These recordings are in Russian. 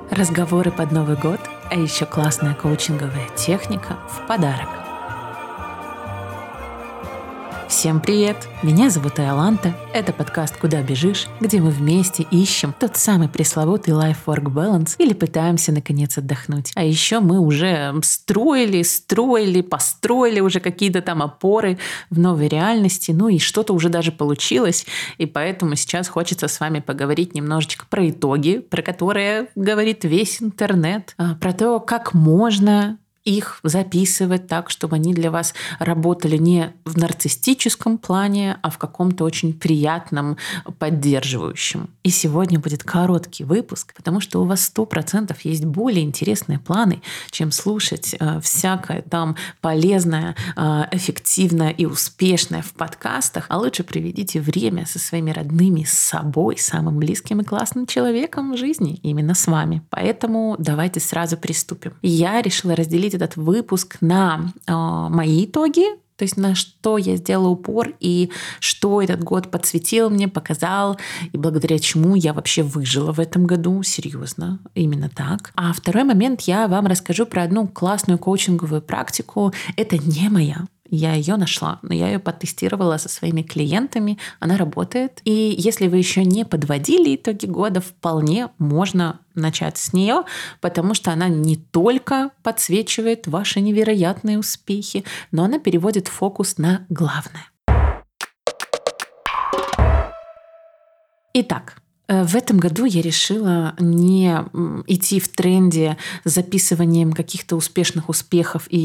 Разговоры под Новый год, а еще классная коучинговая техника в подарок. Всем привет! Меня зовут Иоланта. Это подкаст «Куда бежишь?», где мы вместе ищем тот самый пресловутый life-work balance или пытаемся наконец отдохнуть. А еще мы уже построили уже какие-то там опоры в новой реальности, и что-то уже даже получилось. И поэтому сейчас хочется с вами поговорить немножечко про итоги, про которые говорит весь интернет, про то, как можно их записывать так, чтобы они для вас работали не в нарциссическом плане, а в каком-то очень приятном, поддерживающем. И сегодня будет короткий выпуск, потому что у вас 100% есть более интересные планы, чем слушать всякое там полезное, эффективное и успешное в подкастах. А лучше проведите время со своими родными, с собой, самым близким и классным человеком в жизни, именно с вами. Поэтому давайте сразу приступим. Я решила разделить этот выпуск на мои итоги, то есть на что я сделала упор и что этот год подсветил мне, показал, и благодаря чему я вообще выжила в этом году. Серьезно, именно так. А второй момент я вам расскажу про одну классную коучинговую практику. Это не моя. Я ее нашла, но я ее потестировала со своими клиентами, она работает. И если вы еще не подводили итоги года, вполне можно начать с нее, потому что она не только подсвечивает ваши невероятные успехи, но она переводит фокус на главное. Итак, в этом году я решила не идти в тренде с записыванием каких-то успешных успехов и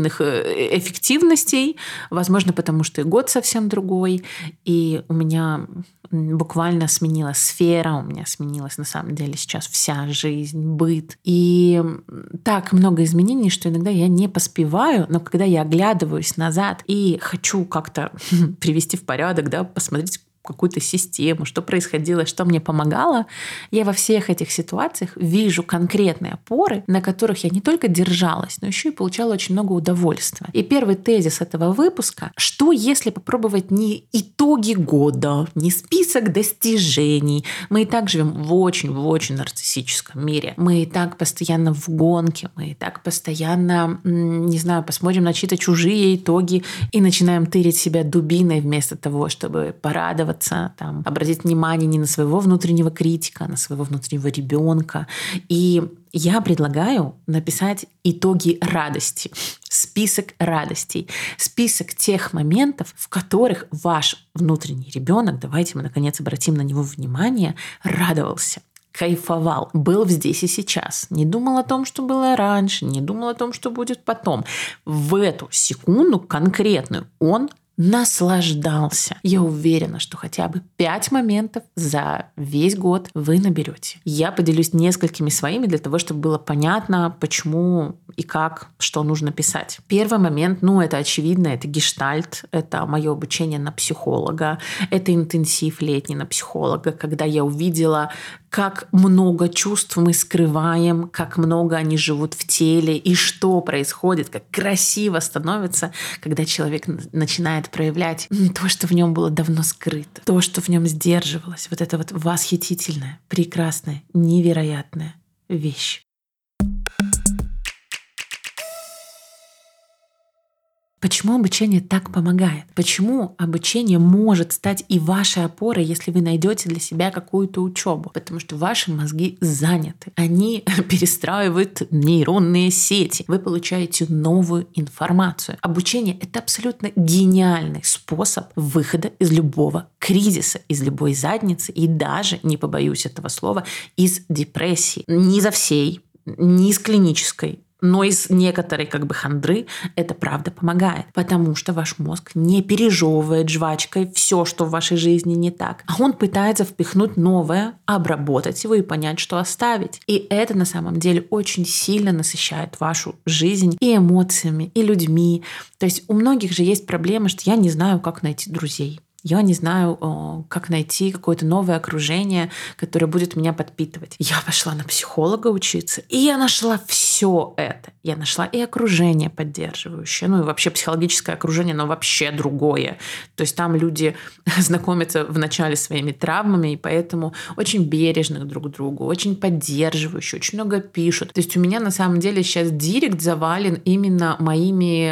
эффективностей, возможно, потому что и год совсем другой, и у меня буквально сменилась сфера, у меня сменилась на самом деле сейчас вся жизнь, быт. И так много изменений, что иногда я не поспеваю, но когда я оглядываюсь назад и хочу как-то привести в порядок, посмотреть какую-то систему, что происходило, что мне помогало, я во всех этих ситуациях вижу конкретные опоры, на которых я не только держалась, но еще и получала очень много удовольствия. И первый тезис этого выпуска: что если попробовать не итоги года, не список достижений? Мы и так живем в очень нарциссическом мире. Мы и так постоянно в гонке, мы и так постоянно, посмотрим на чьи-то чужие итоги и начинаем тырить себя дубиной вместо того, чтобы порадоваться, обратить внимание не на своего внутреннего критика, а на своего внутреннего ребенка. И я предлагаю написать итоги радости, список радостей, список тех моментов, в которых ваш внутренний ребенок, давайте мы наконец обратим на него внимание, радовался, кайфовал, был здесь и сейчас, не думал о том, что было раньше, не думал о том, что будет потом. В эту секунду конкретную он наслаждался. Я уверена, что хотя бы 5 моментов за весь год вы наберете. Я поделюсь несколькими своими для того, чтобы было понятно, почему и как, что нужно писать. Первый момент, это очевидно, это гештальт, это мое обучение на психолога, это интенсив летний на психолога, когда я увидела, как много чувств мы скрываем, как много они живут в теле, и что происходит, как красиво становится, когда человек начинает проявлять то, что в нем было давно скрыто, то, что в нем сдерживалось. Вот это восхитительная, прекрасная, невероятная вещь. Почему обучение так помогает? Почему обучение может стать и вашей опорой, если вы найдете для себя какую-то учебу? Потому что ваши мозги заняты. Они перестраивают нейронные сети. Вы получаете новую информацию. Обучение — это абсолютно гениальный способ выхода из любого кризиса, из любой задницы и даже, не побоюсь этого слова, из депрессии. Не из-за всей, не из клинической, но из некоторой хандры это правда помогает, потому что ваш мозг не пережевывает жвачкой все, что в вашей жизни не так, а он пытается впихнуть новое, обработать его и понять, что оставить. И это на самом деле очень сильно насыщает вашу жизнь и эмоциями, и людьми. То есть у многих же есть проблема, что я не знаю, как найти друзей. Я не знаю, как найти какое-то новое окружение, которое будет меня подпитывать. Я пошла на психолога учиться, и я нашла все это. Я нашла и окружение поддерживающее, ну и вообще психологическое окружение, но вообще другое. То есть там люди знакомятся вначале своими травмами, и поэтому очень бережны друг к другу, очень поддерживающие, очень много пишут. То есть у меня на самом деле сейчас директ завален именно моими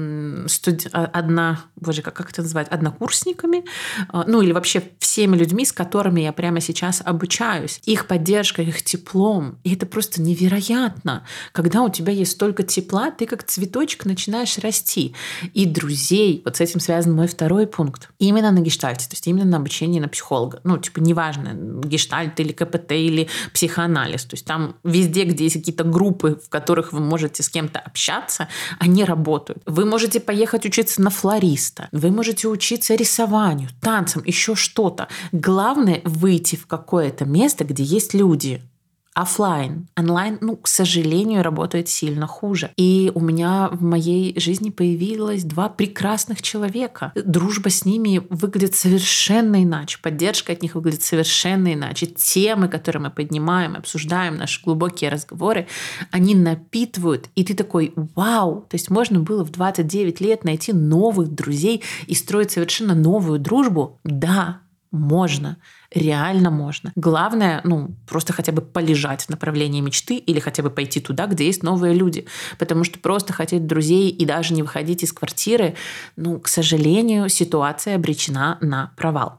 как это называть, однокурсниками, ну или вообще всеми людьми, с которыми я прямо сейчас обучаюсь. Их поддержкой, их теплом. И это просто невероятно. Когда у тебя есть столько тепла, ты как цветочек начинаешь расти. И друзей, вот с этим связан мой второй пункт. Именно на гештальте, то есть именно на обучении на психолога. Ну, типа, неважно, гештальт или КПТ или психоанализ. То есть там везде, где есть какие-то группы, в которых вы можете с кем-то общаться, они работают. Вы можете поехать учиться на флориста. Вы можете учиться рисованию, танцам, еще что-то. Главное — выйти в какое-то место, где есть люди. Оффлайн. Онлайн, к сожалению, работает сильно хуже. И у меня в моей жизни появилось 2 прекрасных человека. Дружба с ними выглядит совершенно иначе. Поддержка от них выглядит совершенно иначе. Темы, которые мы поднимаем, обсуждаем, наши глубокие разговоры, они напитывают. И ты такой: вау! То есть можно было в 29 лет найти новых друзей и строить совершенно новую дружбу? Да, можно. Реально можно. Главное, просто хотя бы полежать в направлении мечты или хотя бы пойти туда, где есть новые люди. Потому что просто хотеть друзей и даже не выходить из квартиры, к сожалению, ситуация обречена на провал.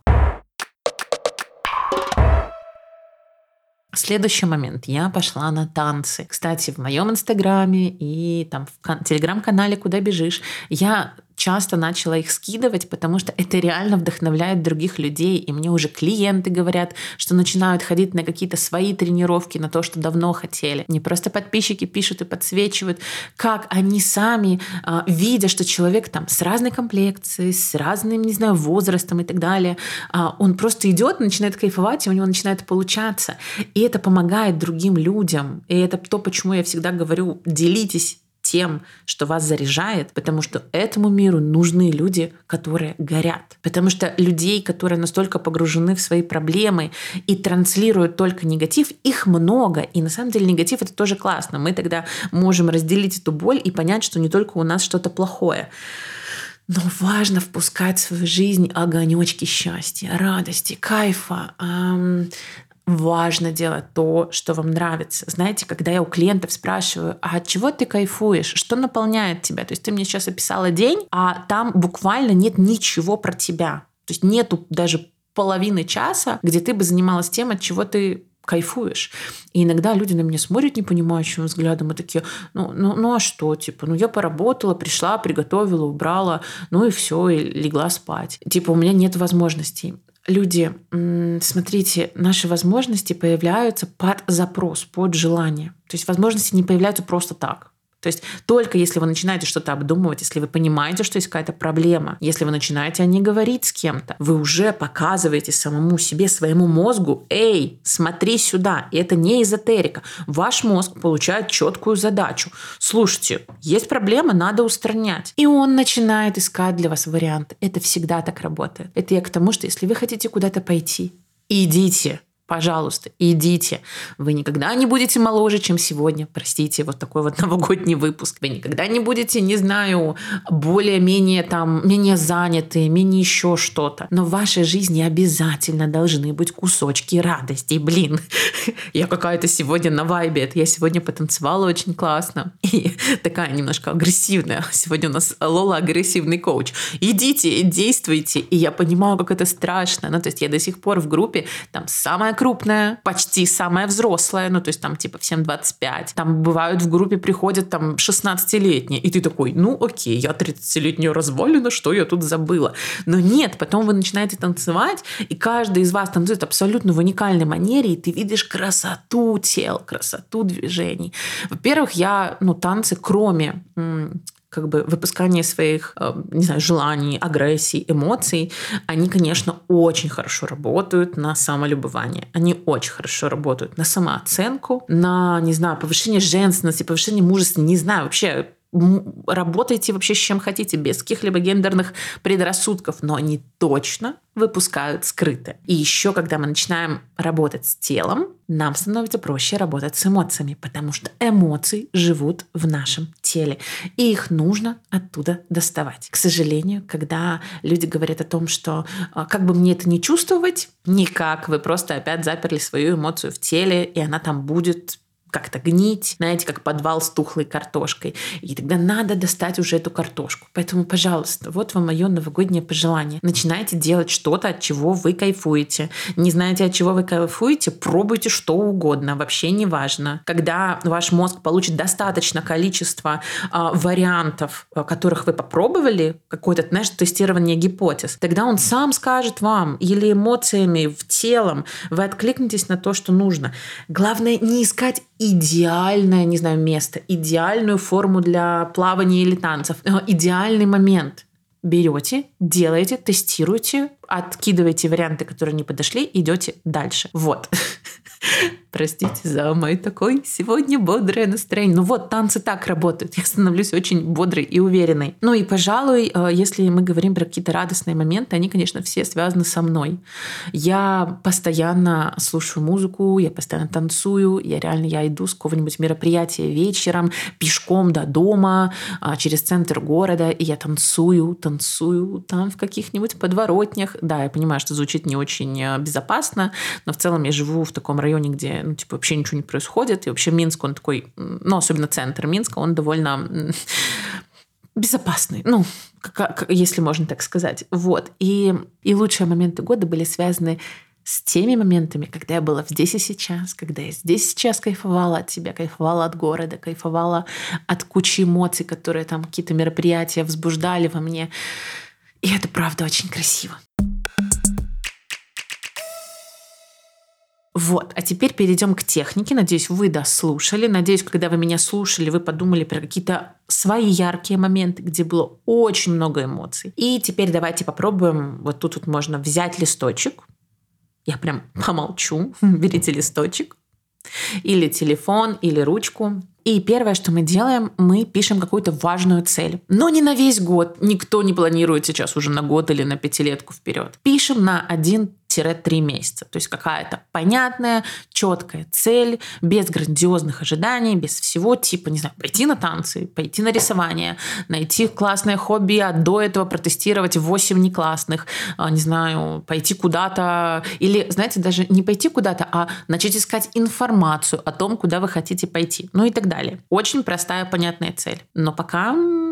Следующий момент. Я пошла на танцы. Кстати, в моем инстаграме и там в телеграм-канале «Куда бежишь» я часто начала их скидывать, потому что это реально вдохновляет других людей. И мне уже клиенты говорят, что начинают ходить на какие-то свои тренировки, на то, что давно хотели. Не просто подписчики пишут и подсвечивают, как они сами, видя, что человек там с разной комплекцией, с разным, возрастом и так далее, он просто идет, начинает кайфовать, и у него начинает получаться. И это помогает другим людям. И это то, почему я всегда говорю: делитесь тем, что вас заряжает, потому что этому миру нужны люди, которые горят. Потому что людей, которые настолько погружены в свои проблемы и транслируют только негатив, их много. И на самом деле негатив — это тоже классно. Мы тогда можем разделить эту боль и понять, что не только у нас что-то плохое. Но важно впускать в свою жизнь огонечки счастья, радости, кайфа. Важно делать то, что вам нравится. Знаете, когда я у клиентов спрашиваю: а от чего ты кайфуешь? Что наполняет тебя? То есть ты мне сейчас описала день, а там буквально нет ничего про тебя. То есть нету даже половины часа, где ты бы занималась тем, от чего ты кайфуешь. И иногда люди на меня смотрят непонимающим взглядом и такие: а что? Я поработала, пришла, приготовила, убрала, и все, и легла спать. У меня нет возможностей. Люди, смотрите, наши возможности появляются под запрос, под желание. То есть возможности не появляются просто так. То есть только если вы начинаете что-то обдумывать, если вы понимаете, что есть какая-то проблема, если вы начинаете о ней говорить с кем-то, вы уже показываете самому себе, своему мозгу: эй, смотри сюда. И это не эзотерика. Ваш мозг получает четкую задачу. Слушайте, есть проблема, надо устранять. И он начинает искать для вас варианты. Это всегда так работает. Это я к тому, что если вы хотите куда-то пойти, идите. Пожалуйста, идите. Вы никогда не будете моложе, чем сегодня. Простите, вот такой вот новогодний выпуск. Вы никогда не будете, более-менее менее заняты, менее еще что-то. Но в вашей жизни обязательно должны быть кусочки радости. Блин, я какая-то сегодня на вайбе. Это я сегодня потанцевала очень классно. И такая немножко агрессивная. Сегодня у нас Лола агрессивный коуч. Идите, действуйте. И я понимаю, как это страшно. То есть я до сих пор в группе, там самая крупная, почти самая взрослая, то есть там всем 25. Там бывают в группе приходят 16-летние, и ты такой: окей, я 30-летняя развалина, что я тут забыла? Но нет, потом вы начинаете танцевать, и каждый из вас танцует абсолютно в уникальной манере, и ты видишь красоту тел, красоту движений. Во-первых, я, танцы, кроме выпускание своих, желаний, агрессий, эмоций, они, конечно, очень хорошо работают на самолюбование. Они очень хорошо работают на самооценку, на, повышение женственности, повышение мужества, вообще работайте вообще с чем хотите, без каких-либо гендерных предрассудков, но они точно выпускают скрыто. И еще, когда мы начинаем работать с телом, нам становится проще работать с эмоциями, потому что эмоции живут в нашем теле, и их нужно оттуда доставать. К сожалению, когда люди говорят о том, что как бы мне это не чувствовать, никак, вы просто опять заперли свою эмоцию в теле, и она там будет как-то гнить, знаете, как подвал с тухлой картошкой. И тогда надо достать уже эту картошку. Поэтому, пожалуйста, вот вам мое новогоднее пожелание. Начинайте делать что-то, от чего вы кайфуете. Не знаете, от чего вы кайфуете, пробуйте что угодно, вообще не важно. Когда ваш мозг получит достаточно количества вариантов, которых вы попробовали, какое-то, знаешь, тестирование гипотез, тогда он сам скажет вам или эмоциями, в телом, вы откликнетесь на то, что нужно. Главное, не искать идеальное, не знаю, место, идеальную форму для плавания или танцев, идеальный момент. Берете, делаете, тестируете, откидываете варианты, которые не подошли, идете дальше. Вот. Простите за мой такой сегодня бодрое настроение. Ну вот, танцы так работают. Я становлюсь очень бодрой и уверенной. Ну и, пожалуй, если мы говорим про какие-то радостные моменты, они, конечно, все связаны со мной. Я постоянно слушаю музыку, я постоянно танцую. Я иду с какого-нибудь мероприятия вечером, пешком до дома, через центр города, и я танцую там в каких-нибудь подворотнях. Да, я понимаю, что звучит не очень безопасно, но в целом я живу в таком районе, где вообще ничего не происходит. И вообще Минск, он такой, особенно центр Минска, он довольно безопасный, если можно так сказать. Вот. И лучшие моменты года были связаны с теми моментами, когда я была здесь и сейчас, когда я здесь и сейчас кайфовала от себя, кайфовала от города, кайфовала от кучи эмоций, которые там какие-то мероприятия возбуждали во мне. И это правда очень красиво. Вот, а теперь перейдем к технике. Надеюсь, вы дослушали. Надеюсь, когда вы меня слушали, вы подумали про какие-то свои яркие моменты, где было очень много эмоций. И теперь давайте попробуем. Вот тут вот можно взять листочек. Я прям помолчу. Берите листочек. Или телефон, или ручку. И первое, что мы делаем, мы пишем какую-то важную цель. Но не на весь год. Никто не планирует сейчас уже на год или на пятилетку вперед. Пишем на 1-3 месяца. То есть какая-то понятная, четкая цель, без грандиозных ожиданий, без всего типа, не знаю, пойти на танцы, пойти на рисование, найти классное хобби, а до этого протестировать 8 неклассных, не знаю, пойти куда-то. Или, знаете, даже не пойти куда-то, а начать искать информацию о том, куда вы хотите пойти. Ну и так далее. Очень простая, понятная цель. Но пока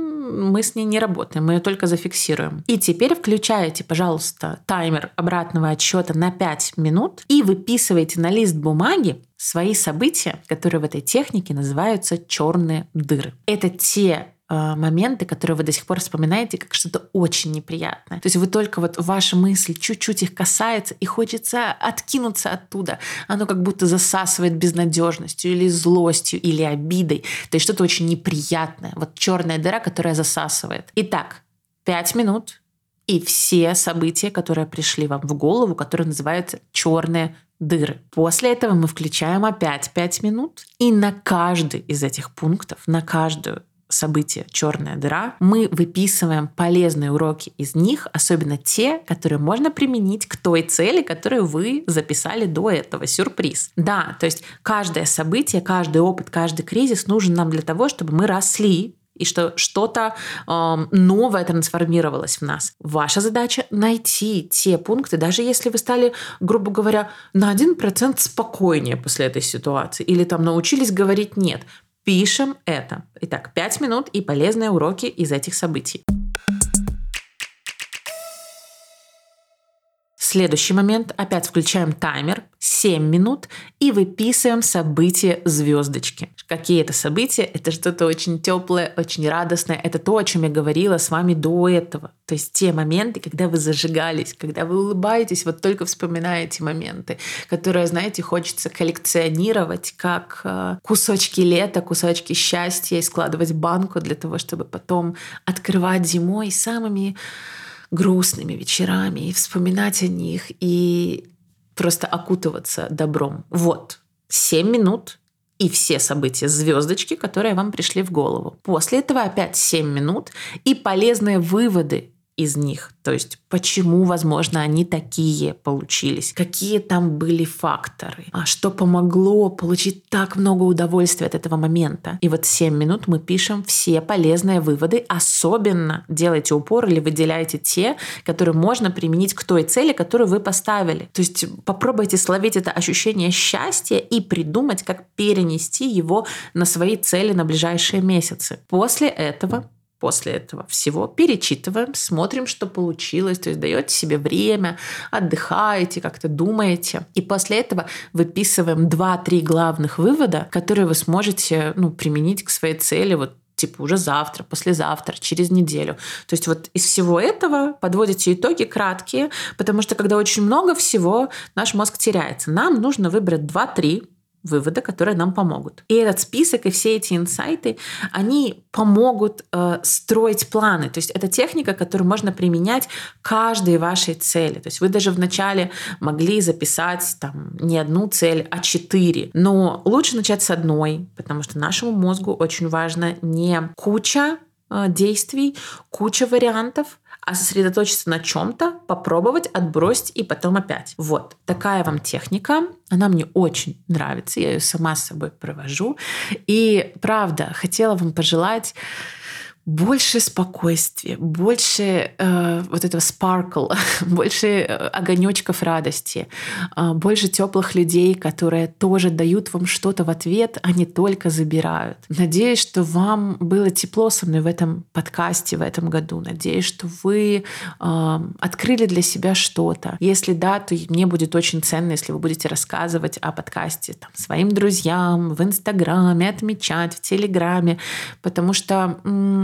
мы с ней не работаем, мы ее только зафиксируем. И теперь включаете, пожалуйста, таймер обратного отсчета на 5 минут и выписываете на лист бумаги свои события, которые в этой технике называются черные дыры. Это те моменты, которые вы до сих пор вспоминаете как что-то очень неприятное. То есть вы только вот ваша мысль чуть-чуть их касается, и хочется откинуться оттуда. Оно как будто засасывает безнадежностью или злостью, или обидой. То есть что-то очень неприятное. Вот черная дыра, которая засасывает. Итак, 5 минут, и все события, которые пришли вам в голову, которые называются черные дыры. После этого мы включаем опять 5 минут, и на каждый из этих пунктов, на каждую событие «Черная дыра», мы выписываем полезные уроки из них, особенно те, которые можно применить к той цели, которую вы записали до этого. Сюрприз. Да, то есть каждое событие, каждый опыт, каждый кризис нужен нам для того, чтобы мы росли, и что что-то новое трансформировалось в нас. Ваша задача — найти те пункты, даже если вы стали, грубо говоря, на 1% спокойнее после этой ситуации, или там научились говорить «нет». Пишем это. Итак, 5 минут и полезные уроки из этих событий. Следующий момент. Опять включаем таймер. 7 минут. И выписываем события звездочки. Какие это события? Это что-то очень теплое, очень радостное. Это то, о чем я говорила с вами до этого. То есть те моменты, когда вы зажигались, когда вы улыбаетесь, вот только вспоминая эти моменты, которые, знаете, хочется коллекционировать как кусочки лета, кусочки счастья и складывать в банку для того, чтобы потом открывать зимой самыми грустными вечерами и вспоминать о них и просто окутываться добром. Вот, 7 минут и все события, звездочки, которые вам пришли в голову. После этого опять 7 минут и полезные выводы из них. То есть, почему, возможно, они такие получились, какие там были факторы, что помогло получить так много удовольствия от этого момента. И вот 7 минут мы пишем все полезные выводы, особенно делайте упор или выделяйте те, которые можно применить к той цели, которую вы поставили. То есть попробуйте словить это ощущение счастья и придумать, как перенести его на свои цели на ближайшие месяцы. После этого всего перечитываем, смотрим, что получилось, то есть даете себе время, отдыхаете, как-то думаете. И после этого выписываем 2-3 главных вывода, которые вы сможете применить к своей цели уже завтра, послезавтра, через неделю. То есть из всего этого подводите итоги краткие, потому что когда очень много всего, наш мозг теряется. Нам нужно выбрать 2-3 вывода, которые нам помогут. И этот список, и все эти инсайты, они помогут строить планы. То есть это техника, которую можно применять к каждой вашей цели. То есть вы даже вначале могли записать не одну цель, а 4. Но лучше начать с одной, потому что нашему мозгу очень важно не куча действий, куча вариантов, а сосредоточиться на чем-то, попробовать, отбросить и потом опять. Такая вам техника. Она мне очень нравится. Я ее сама с собой провожу. И правда, хотела вам пожелать больше спокойствия, больше этого sparkle, больше огонечков радости, больше теплых людей, которые тоже дают вам что-то в ответ, а не только забирают. Надеюсь, что вам было тепло со мной в этом подкасте в этом году. Надеюсь, что вы открыли для себя что-то. Если да, то мне будет очень ценно, если вы будете рассказывать о подкасте своим друзьям в Инстаграме, отмечать в Телеграме, потому что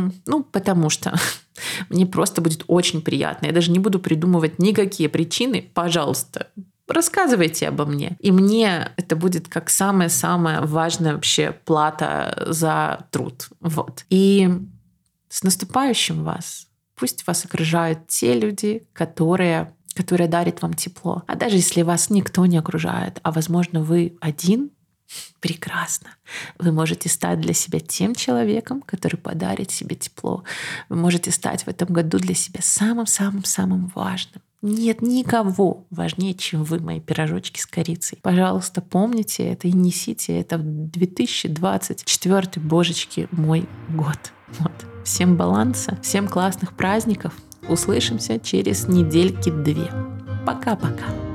мне просто будет очень приятно. Я даже не буду придумывать никакие причины. Пожалуйста, рассказывайте обо мне. И мне это будет как самая-самая важная вообще плата за труд. И с наступающим вас. Пусть вас окружают те люди, которые дарят вам тепло. А даже если вас никто не окружает, а возможно вы один, прекрасно. Вы можете стать для себя тем человеком, который подарит себе тепло. Вы можете стать в этом году для себя самым-самым-самым важным. Нет никого важнее, чем вы, мои пирожочки с корицей. Пожалуйста, помните это и несите это в 2024, божечки, мой год. Всем баланса, всем классных праздников. Услышимся через недельки 2. Пока-пока.